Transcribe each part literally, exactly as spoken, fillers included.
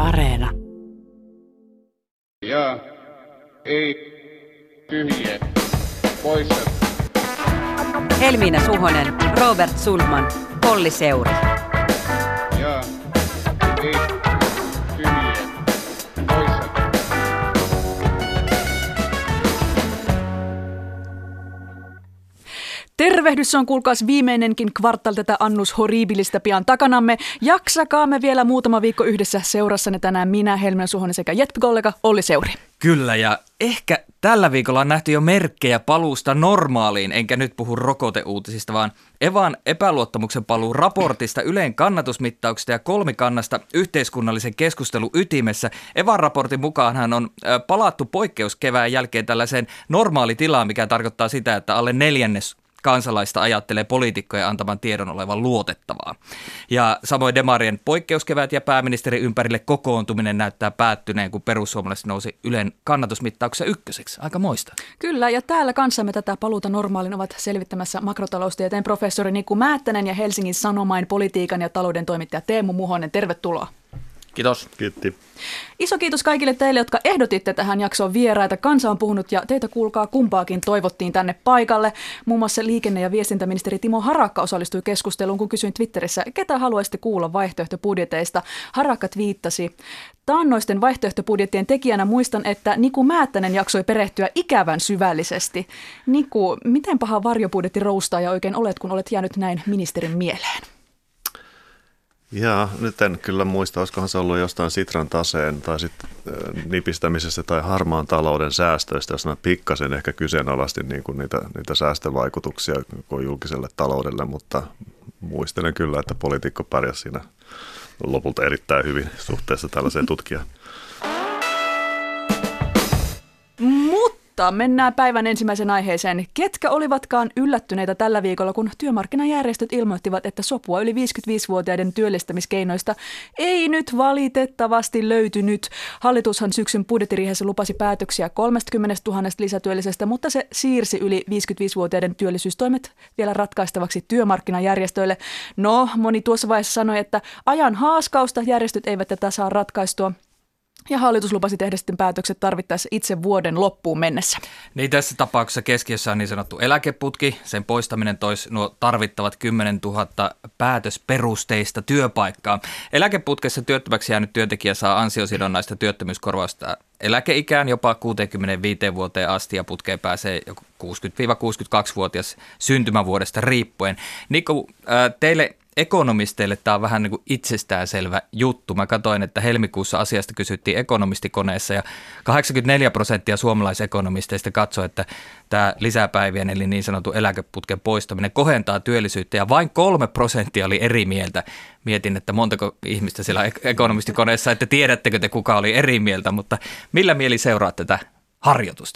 Areena. Ja ei tyhjiä poissa. Helmiina Suhonen, Robert Sulman, Olli Seuri. Ja ei tyhjiä poissa. Tervehdys, on kuulkaas viimeinenkin kvartal tätä annus horribilista pian takanamme. Jaksakaamme vielä muutama viikko yhdessä seurassanne tänään minä, Helmiina Suhonen sekä jetpikollega Olli Seuri. Kyllä, ja ehkä tällä viikolla on nähty jo merkkejä paluusta normaaliin, enkä nyt puhu rokoteuutisista, vaan Evan epäluottamuksen paluu raportista, Ylen kannatusmittauksista ja kolmikannasta yhteiskunnallisen keskustelun ytimessä. Evan raportin mukaanhan on palattu poikkeuskevään jälkeen tällaiseen normaalitilaan, mikä tarkoittaa sitä, että alle neljännes kansalaista ajattelee poliitikkojen antaman tiedon olevan luotettavaa. Ja samoin demarien poikkeuskevät ja pääministerin ympärille kokoontuminen näyttää päättyneen, kun perussuomalaiset nousi Ylen kannatusmittauksessa ykköseksi. Aika moista. Kyllä, ja täällä kanssamme tätä paluuta normaalin ovat selvittämässä makrotaloustieteen professori Niku Määttänen ja Helsingin Sanomain politiikan ja talouden toimittaja Teemu Muhonen. Tervetuloa. Kiitos. Kiitti. Iso kiitos kaikille teille, jotka ehdotitte tähän jaksoon vieraita. Kansa on puhunut ja teitä kuulkaa kumpaakin toivottiin tänne paikalle. Muun muassa liikenne- ja viestintäministeri Timo Harakka osallistui keskusteluun, kun kysyin Twitterissä, ketä haluaisitte kuulla vaihtoehtobudjeteista. Harakka twiittasi: taannoisten vaihtoehtobudjettien tekijänä muistan, että Niku Määttänen jaksoi perehtyä ikävän syvällisesti. Niku, miten paha varjobudjetti roustaaja oikein olet, kun olet jäänyt näin ministerin mieleen? Jaa, nyt en kyllä muista, olisikohan se ollut jostain Sitran taseen tai sitten nipistämisestä tai harmaan talouden säästöistä, jos mä pikkasen ehkä kyseenalaistin niin kuin niitä, niitä säästövaikutuksia julkiselle taloudelle, mutta muistelen kyllä, että poliitikko pärjäsi siinä lopulta erittäin hyvin suhteessa tällaiseen tutkijaan. Mutta mennään päivän ensimmäisen aiheeseen. Ketkä olivatkaan yllättyneitä tällä viikolla, kun työmarkkinajärjestöt ilmoittivat, että sopua yli viisikymmentäviisivuotiaiden työllistämiskeinoista ei nyt valitettavasti löytynyt. Hallitushan syksyn budjettiriihessä lupasi päätöksiä kolmekymmentätuhatta lisätyöllisestä, mutta se siirsi yli viisikymmentäviisivuotiaiden työllisyystoimet vielä ratkaistavaksi työmarkkinajärjestöille. No, moni tuossa vaiheessa sanoi, että ajan haaskausta järjestöt eivät tätä saa ratkaistua. Ja hallitus lupasi tehdä sitten päätökset tarvittaessa itse vuoden loppuun mennessä. Niin, tässä tapauksessa keskiössä on niin sanottu eläkeputki. Sen poistaminen toisi nuo tarvittavat kymmenentuhatta päätösperusteista työpaikkaa. Eläkeputkessa työttömäksi jäänyt työntekijä saa ansiosidonnaista työttömyyskorvausta eläkeikään jopa kuuteenkymmeneenviiteen vuoteen asti, ja putkeen pääsee kuusikymmentä-kuusikymmentäkaksivuotias syntymävuodesta riippuen. Niku, teille ekonomisteille tämä on vähän niin kuin itsestäänselvä juttu. Mä katsoin, että helmikuussa asiasta kysyttiin ekonomistikoneessa ja kahdeksankymmentäneljä prosenttia suomalaisekonomisteista katsoi, että tämä lisäpäivien eli niin sanotun eläkeputken poistaminen kohentaa työllisyyttä ja vain kolme prosenttia oli eri mieltä. Mietin, että montako ihmistä siellä ekonomistikoneessa, että tiedättekö te kuka oli eri mieltä, mutta millä mieli seuraa tätä harjoitusta?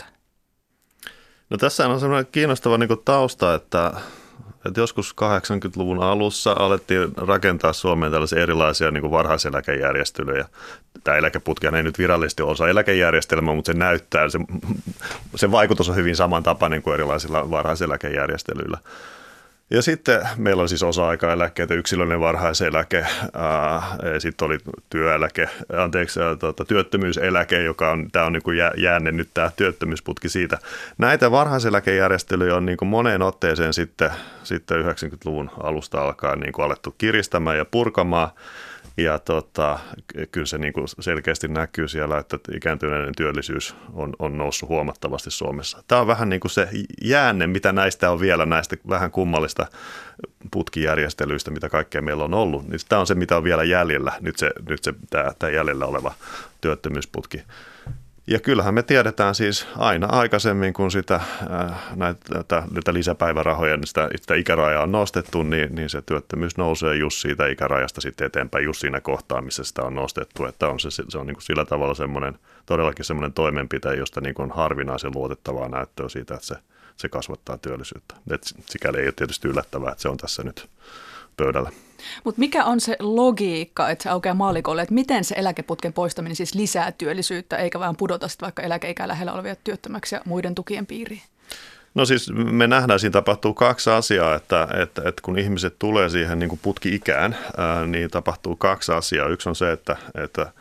No tässä on sellainen kiinnostava niin kuin tausta, että Että joskus kahdeksankymmentäluvun alussa alettiin rakentaa Suomeen tällaisia erilaisia niin kuin varhaiseläkejärjestelyjä. Tämä eläkeputki ei nyt virallisesti ole osa eläkejärjestelmää, mutta se näyttää, se, se vaikutus on hyvin samantapainen kuin erilaisilla varhaiseläkejärjestelyillä. Ja sitten meillä on siis osa-aikaeläkkeitä, yksilöllinen varhaiseläke, sitten oli työeläke, anteeksi, tuota, työttömyyseläke, joka on, tämä on niin kuin jäänne nyt tämä työttömyysputki siitä. Näitä varhaiseläkejärjestelyjä on niin kuin moneen otteeseen sitten, sitten yhdeksänkymmentäluvun alusta alkaen niin kuin alettu kiristämään ja purkamaan. Ja tota, kyllä se niin kuin selkeästi näkyy siellä, että ikääntyneiden työllisyys on, on noussut huomattavasti Suomessa. Tämä on vähän niin kuin se jäänne, mitä näistä on vielä, näistä vähän kummallista putkijärjestelyistä, mitä kaikkea meillä on ollut. Niin tämä on se, mitä on vielä jäljellä, nyt se, nyt se tämä, tämä jäljellä oleva työttömyysputki. Ja kyllähän me tiedetään siis aina aikaisemmin, kun sitä, näitä, näitä lisäpäivärahoja, niin sitä, sitä ikärajaa on nostettu, niin, niin se työttömyys nousee just siitä ikärajasta sitten eteenpäin, just siinä kohtaa, missä sitä on nostettu. Että on se, se on niin kuin sillä tavalla semmoinen, todellakin semmoinen toimenpide, josta niin kuin on harvinaisen luotettavaa näyttöä siitä, että se, se kasvattaa työllisyyttä. Et sikäli ei ole tietysti yllättävää, että se on tässä nyt pöydällä. Mutta mikä on se logiikka, että se aukeaa maallikolle, että miten se eläkeputken poistaminen siis lisää työllisyyttä, eikä vaan pudota sitten vaikka eläkeikää lähellä olevia työttömäksi ja muiden tukien piiriin? No siis me nähdään, siinä tapahtuu kaksi asiaa, että, että, että kun ihmiset tulee siihen niin kuin putki-ikään, ää, niin tapahtuu kaksi asiaa. Yksi on se, että, että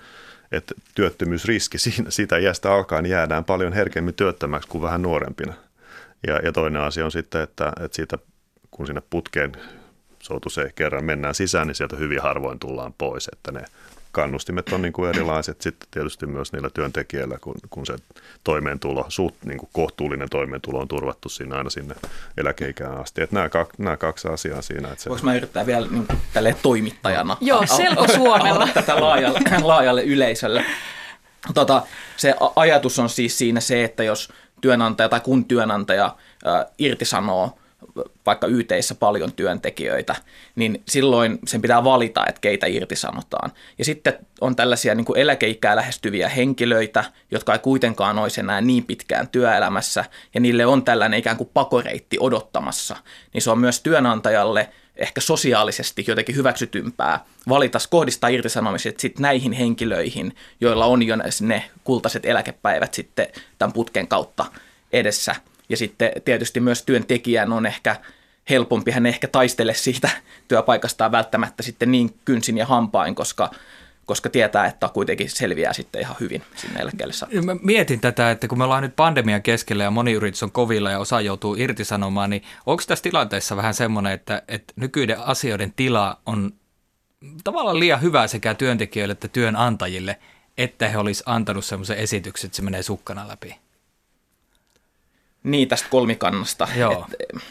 että työttömyysriski siinä, siitä iästä alkaen jäädään paljon herkemmin työttömäksi kuin vähän nuorempina. Ja, ja toinen asia on sitten, että, että siitä, kun sinne putkeen soutuseen kerran mennään sisään, niin sieltä hyvin harvoin tullaan pois, että ne kannustimet on niin kuin erilaiset sitten tietysti myös niillä työntekijöillä, kun, kun se toimeentulo, suht niin kuin kohtuullinen toimeentulo on turvattu siinä aina sinne eläkeikään asti. Että nämä, nämä kaksi asiaa siinä. Että se... Voinko mä yrittää vielä niin kuin tälleen toimittajana? Joo, selkosuomella. Tätä laajalle, laajalle yleisölle. Tota, se ajatus on siis siinä se, että jos työnantaja tai kun työnantaja äh, irtisanoo vaikka Y T:issä paljon työntekijöitä, niin silloin sen pitää valita, että keitä irtisanotaan. Ja sitten on tällaisia niin kuin eläkeikää lähestyviä henkilöitä, jotka ei kuitenkaan olisi enää niin pitkään työelämässä, ja niille on tällainen ikään kuin pakoreitti odottamassa. Niin se on myös työnantajalle ehkä sosiaalisesti jotenkin hyväksytympää valita kohdistaa irtisanomiset sitten näihin henkilöihin, joilla on jo ne kultaiset eläkepäivät sitten tämän putken kautta edessä. Ja sitten tietysti myös työntekijän on ehkä helpompi, hän ehkä taistele siitä työpaikastaan välttämättä sitten niin kynsin ja hampain, koska, koska tietää, että kuitenkin selviää sitten ihan hyvin sinne eläkkeelle saakka. Mä mietin tätä, että kun me ollaan nyt pandemian keskellä ja moni yritys on kovilla ja osa joutuu irtisanomaan, niin onko tässä tilanteessa vähän semmoinen, että, että nykyiden asioiden tila on tavallaan liian hyvä sekä työntekijöille että työnantajille, että he olisi antanut semmoisen esityksen, että se menee sukkana läpi? Niin, tästä kolmikannasta. Joo.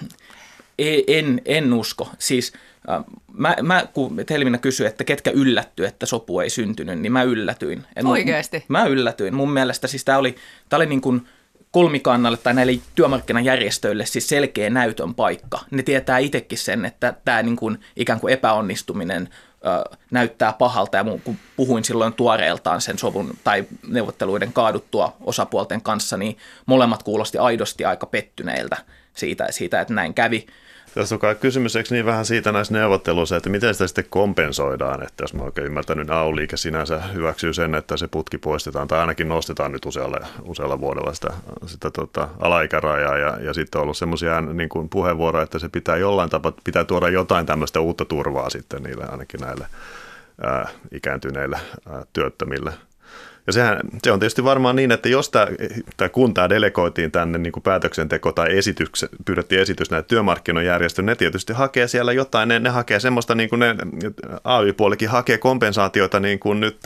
Et, en, en usko. Siis äh, mä, mä, kun Helminä kysyi, että ketkä yllätty, että sopu ei syntynyt, niin mä yllätyin. En, Oikeasti? Mä yllätyin. Mun mielestä siis tämä oli, tää oli niin kuin kolmikannalle tai näille työmarkkinajärjestöille siis selkeä näytön paikka. Ne tietää itsekin sen, että tämä niin kuin ikään kuin epäonnistuminen ö, näyttää pahalta. Ja kun puhuin silloin tuoreeltaan sen sovun tai neuvotteluiden kaaduttua osapuolten kanssa, niin molemmat kuulosti aidosti aika pettyneiltä siitä, siitä että näin kävi. Tässä on kai kysymys, eikö niin vähän siitä näissä neuvotteluissa, että miten sitä sitten kompensoidaan, että jos mä oikein ymmärtänyt, A Y-liike sinänsä hyväksyy sen, että se putki poistetaan, tai ainakin nostetaan nyt usealla, usealla vuodella sitä, sitä tota, alaikärajaa, ja, ja sitten on ollut semmoisia niin kuin puheenvuoroja, että se pitää jollain tapaa, pitää tuoda jotain tämmöistä uutta turvaa sitten niille, ainakin näille ää, ikääntyneille ää, työttömille. Ja sehän, se on tietysti varmaan niin, että jos tämä, tai kun tämä delegoitiin tänne niin kuin päätöksenteko tai esitys, pyydettiin esitys näitä työmarkkinajärjestöjä, ne tietysti hakee siellä jotain, ne, ne hakee semmoista, niin kuin ne A Y-puolikin hakee kompensaatioita niin kuin nyt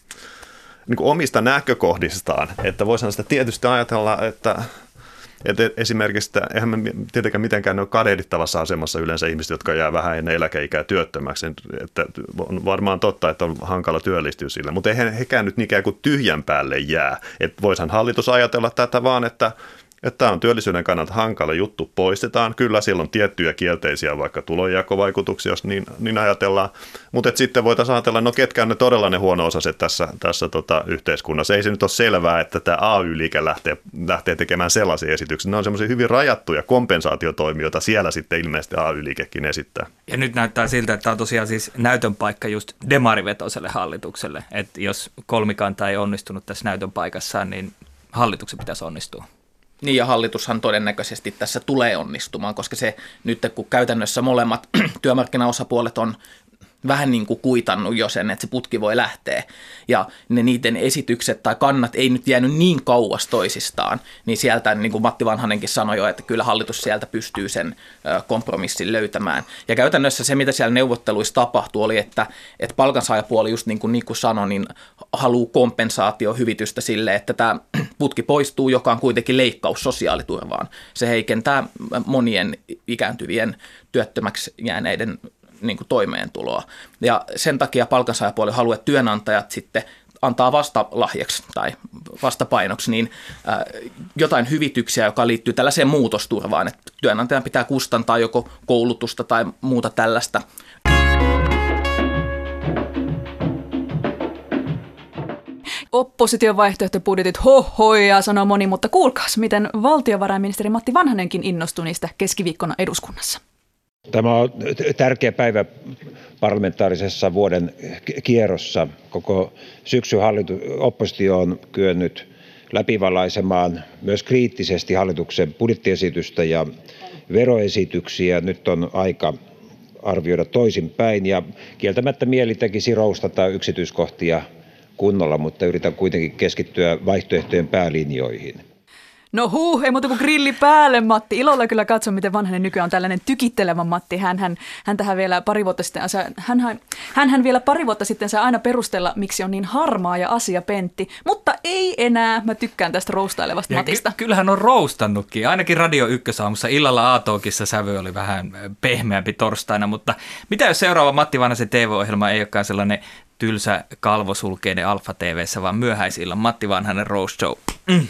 niin kuin omista näkökohdistaan, että voisihan sitä tietysti ajatella, että että esimerkiksi, eihän me tietenkään mitenkään ne ole kadehdittavassa asemassa yleensä ihmiset, jotka jää vähän ennen eläkeikää työttömäksi. Että on varmaan totta, että on hankala työllistyä sillä, mutta eihän hekään nyt ikään kuin tyhjän päälle jää. Että voisihan hallitus ajatella tätä vaan, että että tämä on työllisyyden kannalta hankala juttu, poistetaan. Kyllä siellä on tiettyjä kielteisiä vaikka tulonjakovaikutuksia, jos niin, niin ajatellaan. Mutta sitten voitaisiin ajatella, no ketkä on ne todella ne huono-osaiset tässä, tässä tota, yhteiskunnassa. Ei se nyt ole selvää, että tämä A Y-liike lähtee, lähtee tekemään sellaisia esityksiä. Ne on semmoisia hyvin rajattuja kompensaatiotoimijoita siellä sitten ilmeisesti A Y-liikekin esittää. Ja nyt näyttää siltä, että tämä on tosiaan siis näytön paikka just demarivetoiselle hallitukselle. Että jos kolmikanta ei onnistunut tässä näytön paikassaan, niin hallituksen pitäisi onnistua. Niin, ja hallitushan todennäköisesti tässä tulee onnistumaan, koska se nyt, kun käytännössä molemmat työmarkkinaosapuolet on vähän niin kuin kuitannut jo sen, että se putki voi lähteä, ja ne niiden esitykset tai kannat ei nyt jäänyt niin kauas toisistaan, niin sieltä, niin kuin Matti Vanhanenkin sanoi jo, että kyllä hallitus sieltä pystyy sen kompromissin löytämään. Ja käytännössä se, mitä siellä neuvotteluissa tapahtui, oli, että, että palkansaajapuoli, just niin kuin Niku sanoi, niin haluaa kompensaatiohyvitystä sille, että tämä putki poistuu, joka on kuitenkin leikkaus sosiaaliturvaan. Se heikentää monien ikääntyvien työttömäksi jääneiden niin kuin toimeentuloa. Ja sen takia palkansaajapuoli haluaa, että työnantajat sitten antaa vastalahjaksi tai vastapainoksi niin äh, jotain hyvityksiä, joka liittyy tällaiseen muutosturvaan, että työnantajan pitää kustantaa joko koulutusta tai muuta tällaista. Opposition vaihtoehtobudjetit hohoja, sanoo moni, mutta kuulkaas, miten valtiovarainministeri Matti Vanhanenkin innostui niistä keskiviikkona eduskunnassa. Tämä on tärkeä päivä parlamentaarisessa vuoden kierrossa. Koko syksy hallitus, oppositio on kyennyt läpivalaisemaan myös kriittisesti hallituksen budjettiesitystä ja veroesityksiä. Nyt on aika arvioida toisinpäin ja kieltämättä mieli tekisi roustata yksityiskohtia kunnolla, mutta yritän kuitenkin keskittyä vaihtoehtojen päälinjoihin. No huu, ei muuta kuin grilli päälle, Matti. Ilolla kyllä katson, miten Vanhanen nykyään on tällainen tykittelevä Matti. Hän, hän, hän tähän vielä pari vuotta sitten, hän, hän, hän vielä pari vuotta sitten sai aina perustella, miksi on niin harmaa ja asiapentti. Mutta ei enää. Mä tykkään tästä roustailevasta ja Matista. Ky- kyllähän on roustannutkin. Ainakin Radio Ykkösaamussa illalla A-Talkissa sävy oli vähän pehmeämpi torstaina. Mutta mitä jos seuraava Matti Vanhasen T V-ohjelma ei olekaan sellainen tylsä kalvosulkeinen Alfa T V:ssä, vaan myöhäisillan Matti Vanhanen Roast Show. Mm.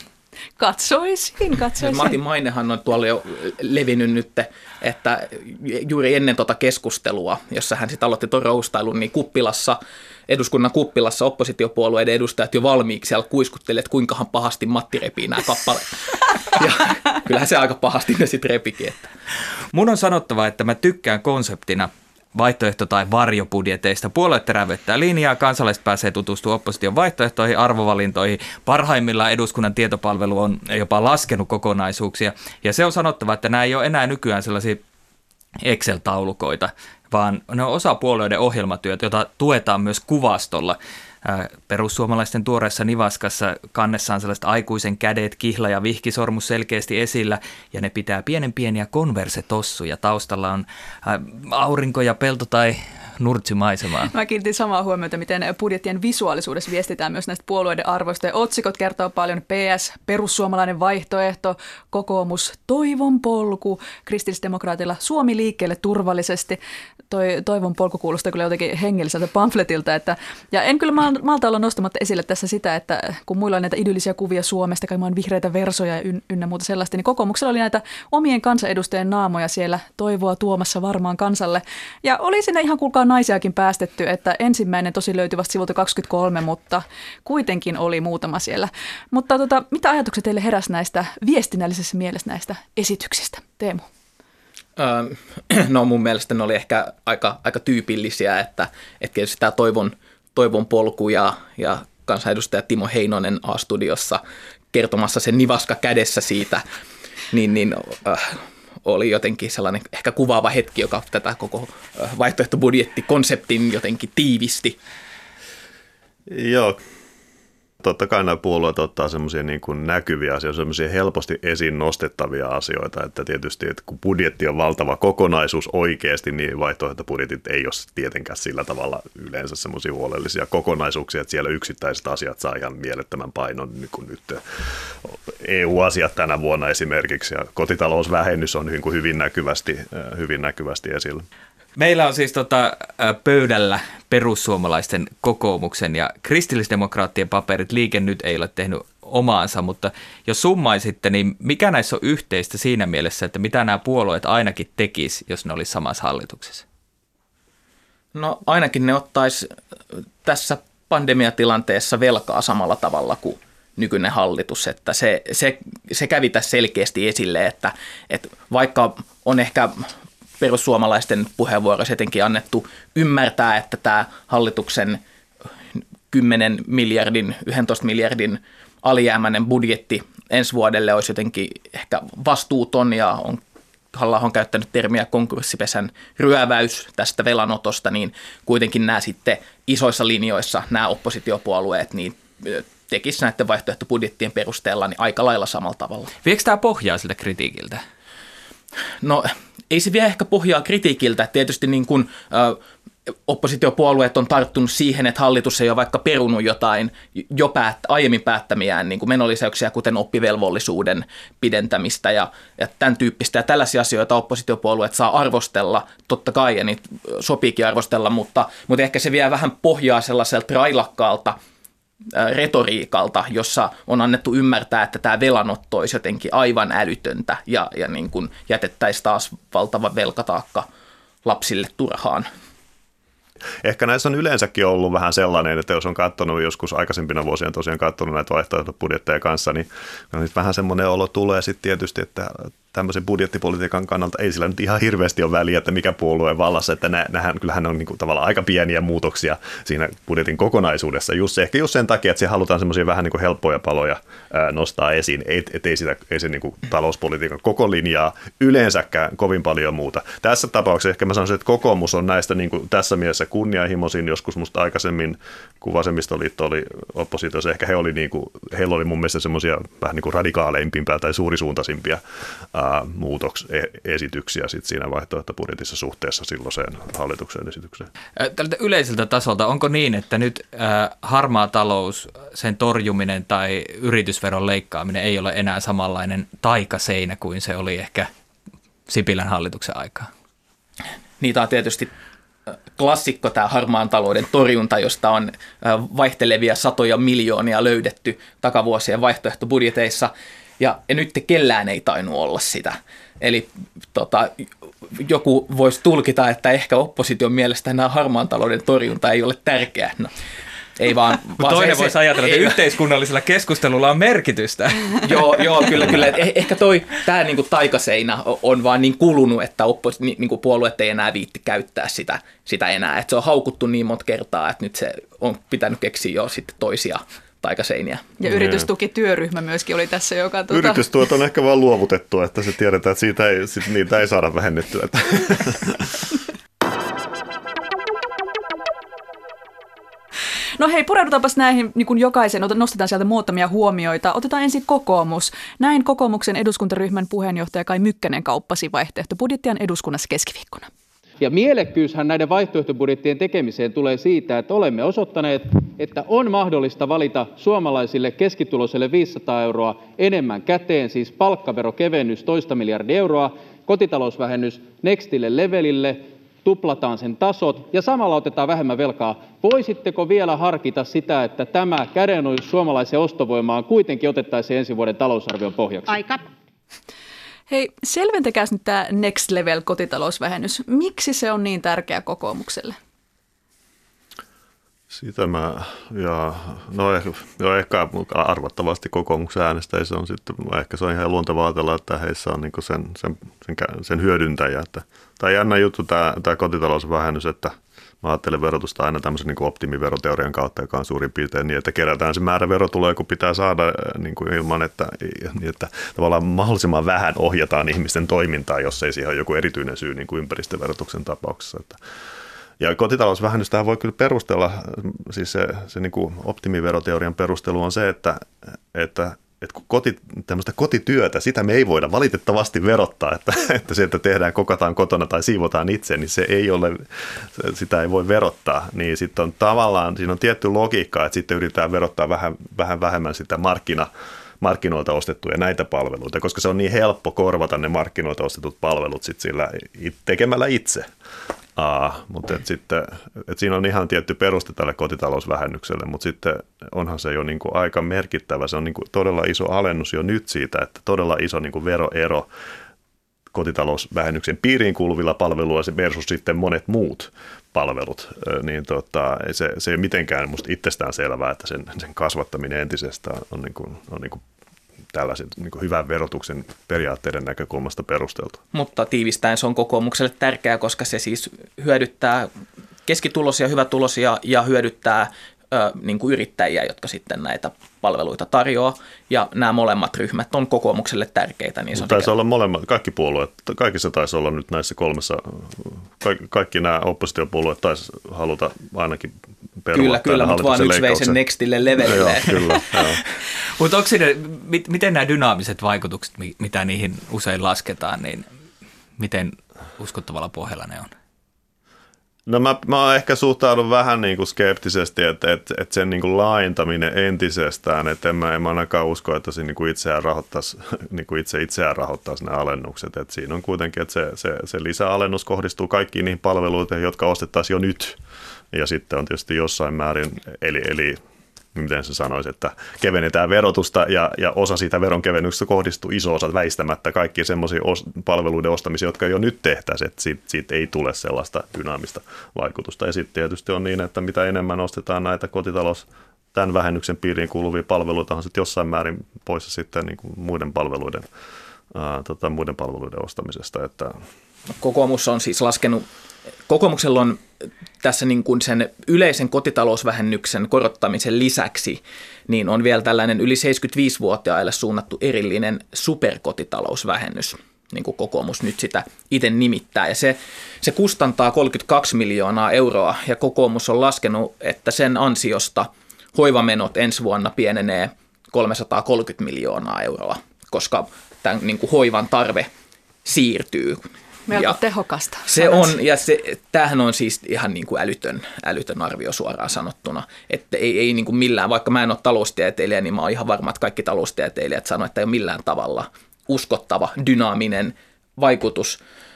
Katsoisin, katsoisin. Matin mainehan on tuolla jo levinnyt nyt, että juuri ennen tuota keskustelua, jossa hän sitten aloitti tuon roustailun, niin kuppilassa, eduskunnan kuppilassa oppositiopuolueiden edustajat jo valmiiksi siellä kuiskuttelivat, että kuinkahan pahasti Matti repii nämä kappaleet. Ja kyllähän se aika pahasti ne sitten repikin. Että. Mun on sanottava, että mä tykkään konseptina vaihtoehto- tai varjobudjeteista. Puolueet terävöittää linjaa, kansalaiset pääsee tutustumaan opposition vaihtoehtoihin, arvovalintoihin. Parhaimmillaan eduskunnan tietopalvelu on jopa laskenut kokonaisuuksia. Ja se on sanottava, että nämä ei ole enää nykyään sellaisia Excel-taulukoita, vaan ne on osa puolueiden ohjelmatyötä, jota tuetaan myös kuvastolla. Perussuomalaisten tuoreessa nivaskassa kannessa on sellaiset aikuisen kädet, kihla ja vihkisormus selkeästi esillä, ja ne pitää pienen pieniä konversetossuja. Taustalla on aurinko ja pelto tai nurtsimaisemaa. Mä kiinnitin samaa huomiota, miten budjettien visuaalisuudessa viestitään myös näistä puolueiden arvoista. Ja otsikot kertoo paljon: P S, perussuomalainen vaihtoehto, kokoomus, toivon polku, kristillisdemokraatilla Suomi liikkeelle turvallisesti. Toi toivon polku kuulostaa kyllä jotenkin hengelliseltä pamfletilta. Että, ja en kyllä malta olla nostamatta esille tässä sitä, että kun muilla on näitä idyllisiä kuvia Suomesta, kai on vihreitä versoja ja ynnä muuta sellaista, niin kokoomuksella oli näitä omien kansanedustajien naamoja siellä toivoa tuomassa varmaan kansalle. Ja oli sinne ihan kuulkaa naisiakin päästetty, että ensimmäinen tosi löytyi vasta sivulta kaksikymmentäkolme, mutta kuitenkin oli muutama siellä. Mutta tota, mitä ajatuksia teille heräsi näistä viestinnällisessä mielessä näistä esityksistä? Teemu. No mun mielestä ne oli ehkä aika, aika tyypillisiä, että, että tietysti tämä toivon, toivon polku ja, ja kansanedustaja Timo Heinonen A-studiossa kertomassa sen nivaska kädessä siitä, niin, niin äh, oli jotenkin sellainen ehkä kuvaava hetki, joka tätä koko vaihtoehtobudjettikonseptin jotenkin tiivisti. Joo. Totta kai nämä puolueet ottaa semmoisia niin kuin näkyviä asioita, semmoisia helposti esiin nostettavia asioita, että tietysti että kun budjetti on valtava kokonaisuus oikeasti, niin vaihtoehtobudjetit ei ole tietenkään sillä tavalla yleensä semmoisia huolellisia kokonaisuuksia, että siellä yksittäiset asiat saa ihan mielettömän painon, niin kuin nyt E U-asiat tänä vuonna esimerkiksi, ja kotitalousvähennys on niin kuin hyvin näkyvästi, hyvin näkyvästi esillä. Meillä on siis tota, pöydällä perussuomalaisten, kokoomuksen ja kristillisdemokraattien paperit. Liike Nyt ei ole tehnyt omaansa, mutta jos summaisitte, niin mikä näissä on yhteistä siinä mielessä, että mitä nämä puolueet ainakin tekisi, jos ne olisi samassa hallituksessa? No ainakin ne ottaisi tässä pandemiatilanteessa velkaa samalla tavalla kuin nykyinen hallitus, että se, se, se kävi tässä selkeästi esille, että, että vaikka on ehkä perussuomalaisten puheenvuoroissa etenkin annettu ymmärtää, että tämä hallituksen kymmenen miljardin, yksitoista miljardin alijäämäinen budjetti ensi vuodelle olisi jotenkin ehkä vastuuton ja on Halla-aho on käyttänyt termiä konkurssipesän ryöväys tästä velanotosta, niin kuitenkin nämä sitten isoissa linjoissa nämä oppositiopuolueet niin tekisivät näiden vaihtoehtobudjettien perusteella niin aika lailla samalla tavalla. Viekö tämä pohjaa siltä kritiikiltä? No ei se vie ehkä pohjaa kritiikiltä. Tietysti niin kuin, ö, oppositiopuolueet on tarttunut siihen, että hallitus ei ole vaikka perunut jotain jo päät, aiemmin päättämiään niin kuin menolisäyksiä, kuten oppivelvollisuuden pidentämistä ja, ja tämän tyyppistä. Ja tällaisia asioita oppositiopuolueet saa arvostella, totta kai, ja niitä sopiikin arvostella, mutta, mutta ehkä se vie vähän pohjaa sellaiselta railakkaalta retoriikalta, jossa on annettu ymmärtää, että tämä velanotto olisi jotenkin aivan älytöntä ja, ja niin kuin jätettäisiin taas valtava velkataakka lapsille turhaan. Ehkä näissä on yleensäkin ollut vähän sellainen, että jos on katsonut joskus aikaisempina vuosina tosiaan katsonut näitä vaihtoehtobudjetteja kanssa, niin, niin vähän semmoinen olo tulee sitten tietysti, että tämmöisen budjettipolitiikan kannalta ei sillä nyt ihan hirveästi ole väliä, että mikä puolue on vallassa, että nä, nähän, kyllähän on niin kuin tavallaan aika pieniä muutoksia siinä budjetin kokonaisuudessa, just, ehkä just sen takia, että se halutaan semmoisia vähän niin kuin helppoja paloja ää, nostaa esiin, et, et ei, sitä, ei se niin kuin talouspolitiikan koko linjaa yleensäkään kovin paljon muuta. Tässä tapauksessa ehkä mä sanoisin, että kokoomus on näistä niin kuin tässä mielessä kunnianhimoisin, joskus musta aikaisemmin, kun vasemmistoliitto oli oppositiossa, ehkä he oli niin kuin, heillä oli mun mielestä semmoisia vähän niin kuin radikaaleimpia tai suurisuuntaisimpia muutoksesityksiä sit siinä vaihtoehtobudjetissa suhteessa silloiseen hallituksen esitykseen. Tältä yleiseltä tasolta, onko niin, että nyt äh, harmaa talous, sen torjuminen tai yritysveron leikkaaminen ei ole enää samanlainen taikaseinä kuin se oli ehkä Sipilän hallituksen aikaa? Niitä on tietysti klassikko tämä harmaan talouden torjunta, josta on vaihtelevia satoja miljoonia löydetty takavuosien vaihtoehtobudjeteissa. Ja, ja nyt kellään ei tainnut olla sitä. Eli tota, joku voisi tulkita, että ehkä opposition mielestä nämä harmaan talouden torjunta ei ole tärkeää. No, ei vaan, vaan toinen se, voisi ajatella, että ei, yhteiskunnallisella keskustelulla on merkitystä. Joo, joo kyllä, kyllä. Eh, ehkä toi, tämä niinku taikaseinä on vaan niin kulunut, että oppos, ni, niinku puolueet ei enää viitti käyttää sitä, sitä enää. Et se on haukuttu niin monta kertaa, että nyt se on pitänyt keksiä jo sitten toisia taikaseiniä. Ja yritystukityöryhmä myöskin oli tässä, joka... Tuota... Yritystuot on ehkä vaan luovutettu, että se tiedetään, että siitä ei, sit niitä ei saada vähennettyä. No hei, pureudutaanpas näihin niin kuin jokaisen, nostetaan sieltä muutamia huomioita. Otetaan ensin kokoomus. Näin kokoomuksen eduskuntaryhmän puheenjohtaja Kai Mykkänen kauppasi vaihtoehtobudjettiaan eduskunnassa keskiviikkona. Ja mielekkyyshän näiden vaihtoehtobudjettien tekemiseen tulee siitä, että olemme osoittaneet, että on mahdollista valita suomalaisille keskituloiselle viisisataa euroa enemmän käteen, siis palkkaverokevennys toista miljardia euroa, kotitalousvähennys nextille levelille, tuplataan sen tasot ja samalla otetaan vähemmän velkaa. Voisitteko vielä harkita sitä, että tämä kädenojus suomalaisen ostovoimaan kuitenkin otettaisiin ensi vuoden talousarvion pohjaksi? Aika. Hei, selventäkääs nyt tämä Next Level -kotitalousvähennys. Miksi se on niin tärkeä kokoomukselle? Sitä mä, ja, no ehkä, jo ehkä arvattavasti kokoomuksen äänestäjissä on sitten, ehkä se on ihan luontevaa ajatella, että heissä on niin sen, sen, sen, sen hyödyntäjä. Että, tämä jännä juttu, tämä, tämä kotitalousvähennys, että mä ajattelen verotusta aina tämmöisen niin kuin optimiveroteorian kautta, joka on suurin piirtein niin, että kerätään se määrä verotuloja, kun pitää saada niin kuin ilman, että, niin että tavallaan mahdollisimman vähän ohjataan ihmisten toimintaa, jos ei siihen ole joku erityinen syy niin kuin ympäristöverotuksen tapauksessa. Että ja kotitalousvähennystähän voi kyllä perustella, siis se, se niin kuin optimiveroteorian perustelu on se, että, että, että koti, tämmöistä kotityötä, sitä me ei voida valitettavasti verottaa, että, että se, että tehdään, kokataan kotona tai siivotaan itse, niin se ei ole, sitä ei voi verottaa. Niin sitten on tavallaan, siinä on tietty logiikka, että sitten yritetään verottaa vähän, vähän vähemmän sitä markkina, markkinoilta ostettuja näitä palveluita, koska se on niin helppo korvata ne markkinoilta ostetut palvelut sit sillä tekemällä itse. Aa, mutta et sitten, et siinä on ihan tietty peruste tälle kotitalousvähennykselle, mutta sitten onhan se jo niinku aika merkittävä, se on niinku todella iso alennus jo nyt siitä, että todella iso niinku veroero kotitalousvähennyksen piiriin kuuluvilla palveluilla versus sitten monet muut palvelut, niin tota, se, se ei ole mitenkään musta itsestään selvää, että sen, sen kasvattaminen entisestään on, niinku, on niinku tällaisen niin kuin hyvän verotuksen periaatteiden näkökulmasta perusteltu. Mutta tiivistäen se on kokoomukselle tärkeää, koska se siis hyödyttää keskituloisia, hyvätuloisia ja hyödyttää ö, niin kuin yrittäjiä, jotka sitten näitä palveluita tarjoaa. Ja nämä molemmat ryhmät on kokoomukselle tärkeitä. Niin se on taisi ikä... olla molemmat, kaikki puolueet, kaikissa taisi olla nyt näissä kolmessa, kaikki, kaikki nämä oppositiopuolueet taisi haluta ainakin perua Kyllä, kyllä, mutta vaan yksi vei sen nextille levelille. Joo, kyllä, joo. Mutta onko siinä, miten nämä dynaamiset vaikutukset, mitä niihin usein lasketaan, niin miten uskottavalla pohjalla ne on? No mä, mä ehkä suhtaudun vähän niin kuin skeptisesti, että, että, että sen niin kuin laajentaminen entisestään, että en mä, en mä ainakaan usko, että se niin kuin itseään rahoittaisi, niin kuin itse itseään rahoittaisi ne alennukset. Että siinä on kuitenkin, että se, se, se lisäalennus kohdistuu kaikkiin niihin palveluihin, jotka ostettaisiin jo nyt. Ja sitten on tietysti jossain määrin, eli, eli miten se sanoisi, että kevennetään verotusta ja, ja osa siitä veronkevennyksestä kohdistuu iso osa väistämättä kaikkiin semmoisiin os, palveluiden ostamisiin, jotka jo nyt tehtäisiin, että siitä, siitä ei tule sellaista dynaamista vaikutusta. Ja sitten tietysti on niin, että mitä enemmän ostetaan näitä kotitalous, tämän vähennyksen piiriin kuuluvia palveluita, on sitten jossain määrin poissa sitten niin kuin muiden palveluiden ää, tota, muiden palveluiden ostamisesta. Että Kokoomus on siis laskenut, kokoomuksella on tässä niin kuin sen yleisen kotitalousvähennyksen korottamisen lisäksi, niin on vielä tällainen yli seitsemänkymmentäviisivuotiaille suunnattu erillinen superkotitalousvähennys, niin kuin kokoomus nyt sitä itse nimittää. Ja se, se kustantaa kolmekymmentäkaksi miljoonaa euroa, ja kokoomus on laskenut, että sen ansiosta hoivamenot ensi vuonna pienenee kolmesataakolmekymmentä miljoonaa euroa, koska tämän niin kuin hoivan tarve siirtyy. Melko ja tehokasta. Se on, ja se, tämähän on siis ihan niin kuin älytön, älytön arvio suoraan sanottuna, että ei, ei niin kuin millään, vaikka mä en ole taloustieteilijä, niin mä oon ihan varma, että kaikki taloustieteilijät sanoo, että ei ole millään tavalla uskottava, dynaaminen vaikutus.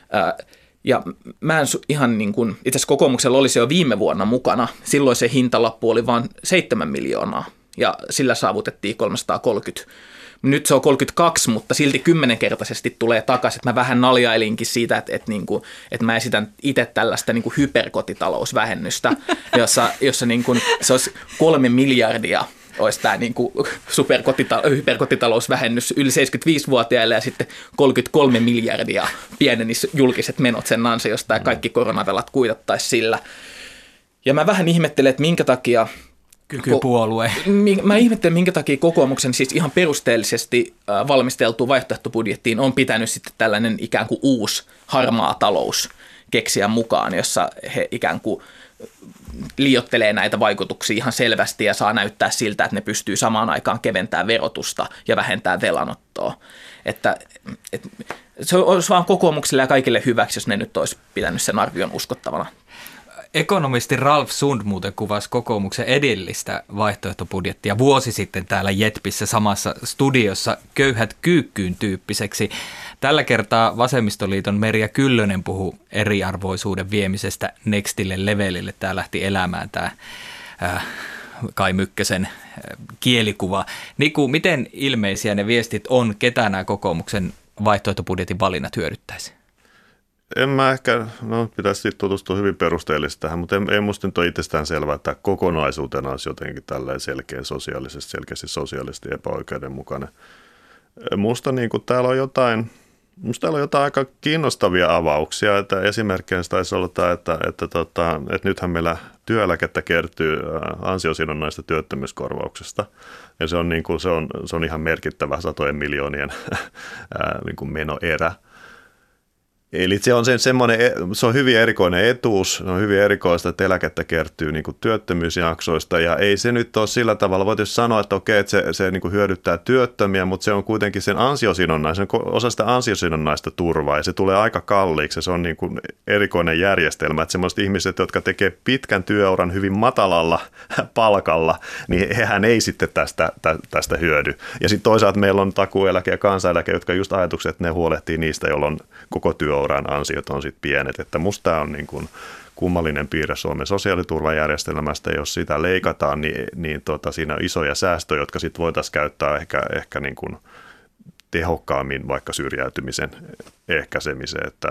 Ja mä en ihan niin kuin, itse asiassa kokoomuksella oli se jo viime vuonna mukana, silloin se hintalappu oli vain seitsemän miljoonaa, ja sillä saavutettiin kolmesataakolmekymmentä. Nyt se on kolmekymmentäkaksi, mutta silti kymmenenkertaisesti tulee takaisin. Mä vähän naljailinkin siitä, että, että, niin kuin, että mä esitän itse tällaista niin kuin hyperkotitalousvähennystä, jossa, jossa niin kuin, se olisi kolme miljardia olisi tämä niin kuin superkotita- hyperkotitalousvähennys yli seitsemänkymmentäviisivuotiaille ja sitten kolmekymmentäkolme miljardia pienenisi julkiset menot sen ansiosta ja kaikki koronavelat kuitattaisiin sillä. Ja mä vähän ihmettelen, että minkä takia Kykypuolue. Mä ihmettelen, minkä takia kokoomuksen siis ihan perusteellisesti valmisteltuun vaihtoehtobudjettiin on pitänyt sitten tällainen ikään kuin uusi harmaa talous keksiä mukaan, jossa he ikään kuin liioittelee näitä vaikutuksia ihan selvästi ja saa näyttää siltä, että ne pystyy samaan aikaan keventämään verotusta ja vähentämään velanottoa. Että, että se olisi vaan kokoomukselle ja kaikille hyväksi, jos ne nyt olisi pitänyt sen arvion uskottavana. Ekonomisti Ralf Sund muuten kuvasi kokoomuksen edellistä vaihtoehtobudjettia vuosi sitten täällä Jetpissä samassa studiossa köyhät kyykkyyn tyyppiseksi. Tällä kertaa Vasemmistoliiton Merja Kyllönen puhui eriarvoisuuden viemisestä nextille levelille. Tämä lähti elämään tämä äh, Kai Mykkäsen äh, kielikuva. Niku, miten ilmeisiä ne viestit on, ketä nämä kokoomuksen vaihtoehtobudjetin valinnat hyödyttäisi? En mä ehkä, no pitäisi tutustua hyvin perusteellisesti tähän, mutta ei musta nyt ole itsestään selvää, että kokonaisuutena olisi jotenkin tällainen selkeä sosiaalisesti, selkeästi sosiaalisesti epäoikeudenmukainen. Musta niin kuin täällä on jotain, musta täällä on jotain aika kiinnostavia avauksia, että esimerkkinä taisi olla tämä, että, että, että, että nythän meillä työeläkettä kertyy ansiosidonnaista työttömyyskorvauksesta. Ja se on, niin kuin, se on, se on ihan merkittävä satojen miljoonien niin kuin menoerä. Eli se on, sen, semmoinen, se on hyvin erikoinen etuus, se on hyvin erikoista, että eläkettä kertyy niin kuin työttömyysjaksoista ja ei se nyt ole sillä tavalla, voit jos sanoa, että okei, että se, se niin kuin hyödyttää työttömiä, mutta se on kuitenkin sen ansiosidonnaisen, osa sitä ansiosidonnaista turvaa ja se tulee aika kalliiksi ja se on niin kuin erikoinen järjestelmä, että semmoiset ihmiset, jotka tekee pitkän työuran hyvin matalalla palkalla, niin hehän ei sitten tästä, tästä hyödy. Ja sitten toisaalta meillä on takuueläke ja kansaneläke, jotka just ajatukset, että ne huolehtii niistä, jolloin koko työura ansiot on sitten pienet, että musta tämä on niin kuin kummallinen piirre Suomen sosiaaliturvajärjestelmästä, jos sitä leikataan, niin, niin tota, siinä on isoja säästöjä, jotka sitten voitaisiin käyttää ehkä, ehkä niin kuin tehokkaammin vaikka syrjäytymisen ehkäisemiseen, että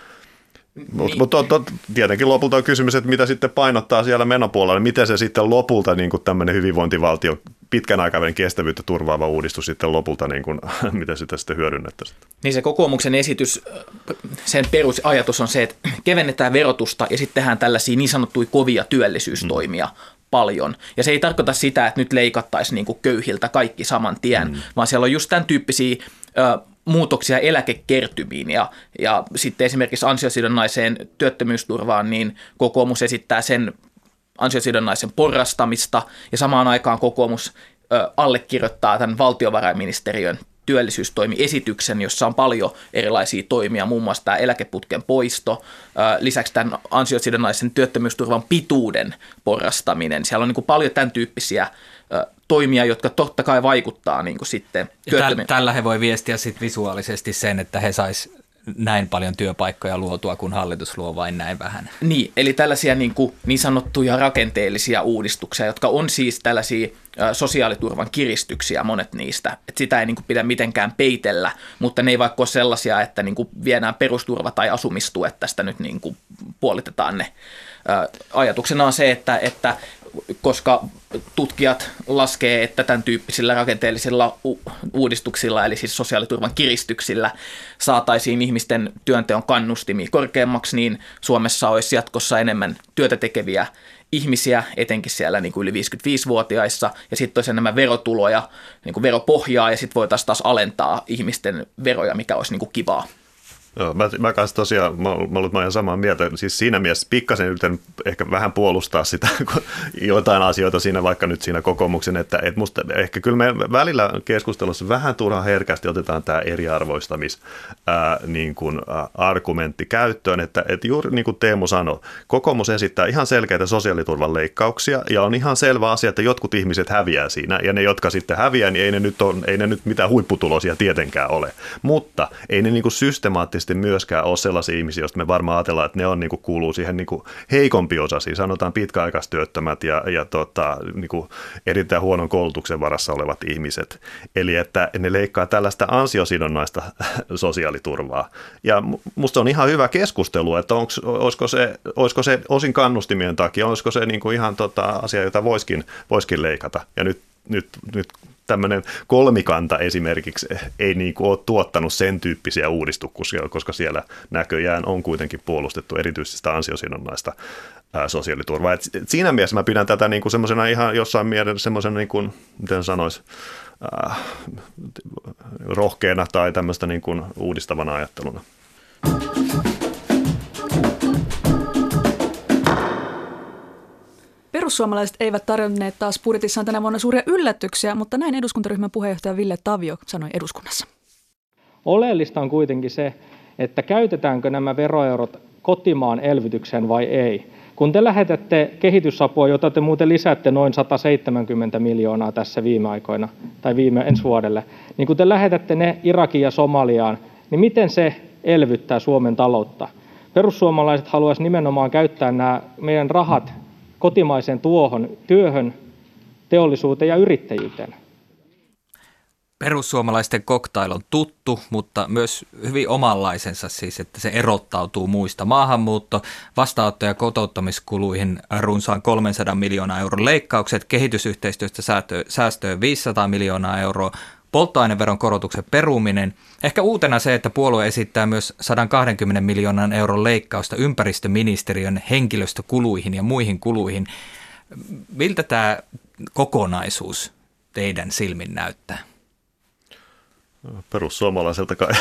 Mutta mut, mut, tietenkin lopulta on kysymys, että mitä sitten painottaa siellä menopuolella, miten se sitten lopulta niin kuin tämmöinen hyvinvointivaltion pitkän aikavälin kestävyyttä turvaava uudistus sitten lopulta, niin kuin, miten sitä sitten hyödynnettäisiin. Niin se kokoomuksen esitys, sen perusajatus on se, että kevennetään verotusta ja sitten tehdään tällaisia niin sanottuja kovia työllisyystoimia mm. paljon. Ja se ei tarkoita sitä, että nyt leikattaisiin niin kuin köyhiltä kaikki saman tien, mm. vaan siellä on just tämän tyyppisiä ö, muutoksia eläkekertymiin ja, ja sitten esimerkiksi ansiosidonnaiseen työttömyysturvaan, niin kokoomus esittää sen ansiosidonnaisen porrastamista ja samaan aikaan kokoomus ö, allekirjoittaa tämän valtiovarainministeriön työllisyystoimiesityksen, jossa on paljon erilaisia toimia, muun muassa tämä eläkeputken poisto, lisäksi tämän ansiosidonnaisen työttömyysturvan pituuden porrastaminen. Siellä on niin kuin paljon tämän tyyppisiä toimia, jotka totta kai vaikuttaa niin kuin sitten työttömiin. Tällä he voi viestiä sit visuaalisesti sen, että he sais näin paljon työpaikkoja luotua, kun hallitus luo vain näin vähän. Niin, eli tällaisia niin, kuin niin sanottuja rakenteellisia uudistuksia, jotka on siis tällaisia sosiaaliturvan kiristyksiä, monet niistä. Et sitä ei niin kuin pidä mitenkään peitellä, mutta ne ei vaikka ole sellaisia, että niin kuin viedään perusturva tai asumistuet tästä nyt niin kuin puolitetaan ne. Ajatuksena on se, että, että koska tutkijat laskee, että tämän tyyppisillä rakenteellisilla uudistuksilla, eli siis sosiaaliturvan kiristyksillä, saataisiin ihmisten työnteon kannustimia korkeammaksi, niin Suomessa olisi jatkossa enemmän työtä tekeviä ihmisiä, etenkin siellä niin kuin yli viisikymmentäviisivuotiaissa, ja sitten olisi enemmän verotuloja, niin kuin veropohjaa, ja sitten voitaisiin taas alentaa ihmisten veroja, mikä olisi niin kuin kivaa. Joo, mä, mä kanssa tosiaan, mä, mä olen ihan samaa mieltä, siis siinä mielessä pikkasen yritän ehkä vähän puolustaa sitä jotain asioita siinä, vaikka nyt siinä kokoomuksen, että et musta ehkä kyllä me välillä keskustelussa vähän turhaan herkästi otetaan tämä eriarvoistamis ää, niin kuin, ä, argumentti käyttöön, että et juuri niin kuin Teemu sanoi, kokoomus esittää ihan selkeitä sosiaaliturvan leikkauksia ja on ihan selvä asia, että jotkut ihmiset häviää siinä ja ne, jotka sitten häviää, niin ei ne nyt, on, ei ne nyt mitään huipputulosia tietenkään ole, mutta ei ne niin kuin systemaattisesti myöskään ole sellaisia ihmisiä, joista me varmaan ajatellaan, että ne on, niin kuin, kuuluu siihen niin kuin heikompi osaisiin, sanotaan pitkäaikaistyöttömät ja, ja tota, niin kuin erittäin huonon koulutuksen varassa olevat ihmiset. Eli että ne leikkaa tällaista ansiosidonnaista sosiaaliturvaa. Ja musta on ihan hyvä keskustelu, että onks, olisiko, se, olisiko se osin kannustimien takia, olisiko se niin kuin ihan tota asia, jota voisikin, voisikin leikata. Ja nyt, nyt, nyt tämmöinen kolmikanta esimerkiksi ei niin kuin ole tuottanut sen tyyppisiä uudistuksia, koska siellä näköjään on kuitenkin puolustettu erityisesti sitä ansiosidonnaista ää, sosiaaliturvaa. Et siinä mielessä mä pidän tätä niin kuin semmoisena ihan jossain mielessä semmoisena, niin kuin, miten sanoisi, ää, rohkeana tai tämmöistä niin kuin uudistavana ajatteluna. Perussuomalaiset eivät tarjonneet taas budjetissaan tänä vuonna suuria yllätyksiä, mutta näin eduskuntaryhmän puheenjohtaja Ville Tavio sanoi eduskunnassa. Oleellista on kuitenkin se, että käytetäänkö nämä veroeurot kotimaan elvytykseen vai ei. Kun te lähetätte kehitysapua, jota te muuten lisäätte noin sata seitsemänkymmentä miljoonaa tässä viime aikoina tai viime ensi vuodelle, niin kun te lähetätte ne Irakiin ja Somaliaan, niin miten se elvyttää Suomen taloutta? Perussuomalaiset haluaisivat nimenomaan käyttää nämä meidän rahat kotimaiseen tuohon, työhön, teollisuuteen ja yrittäjyyteen. Perussuomalaisten cocktail on tuttu, mutta myös hyvin omanlaisensa siis, että se erottautuu muista. Maahanmuutto, vastaanotto- ja kotouttamiskuluihin runsaan kolmensadan miljoonaa euron leikkaukset, kehitysyhteistyöstä säästöön viisisataa miljoonaa euroa, polttoaineveron korotuksen peruminen. Ehkä uutena se, että puolue esittää myös sata kaksikymmentä miljoonan euron leikkausta ympäristöministeriön henkilöstökuluihin ja muihin kuluihin. Miltä tämä kokonaisuus teidän silmin näyttää? Perussuomalaiselta kai.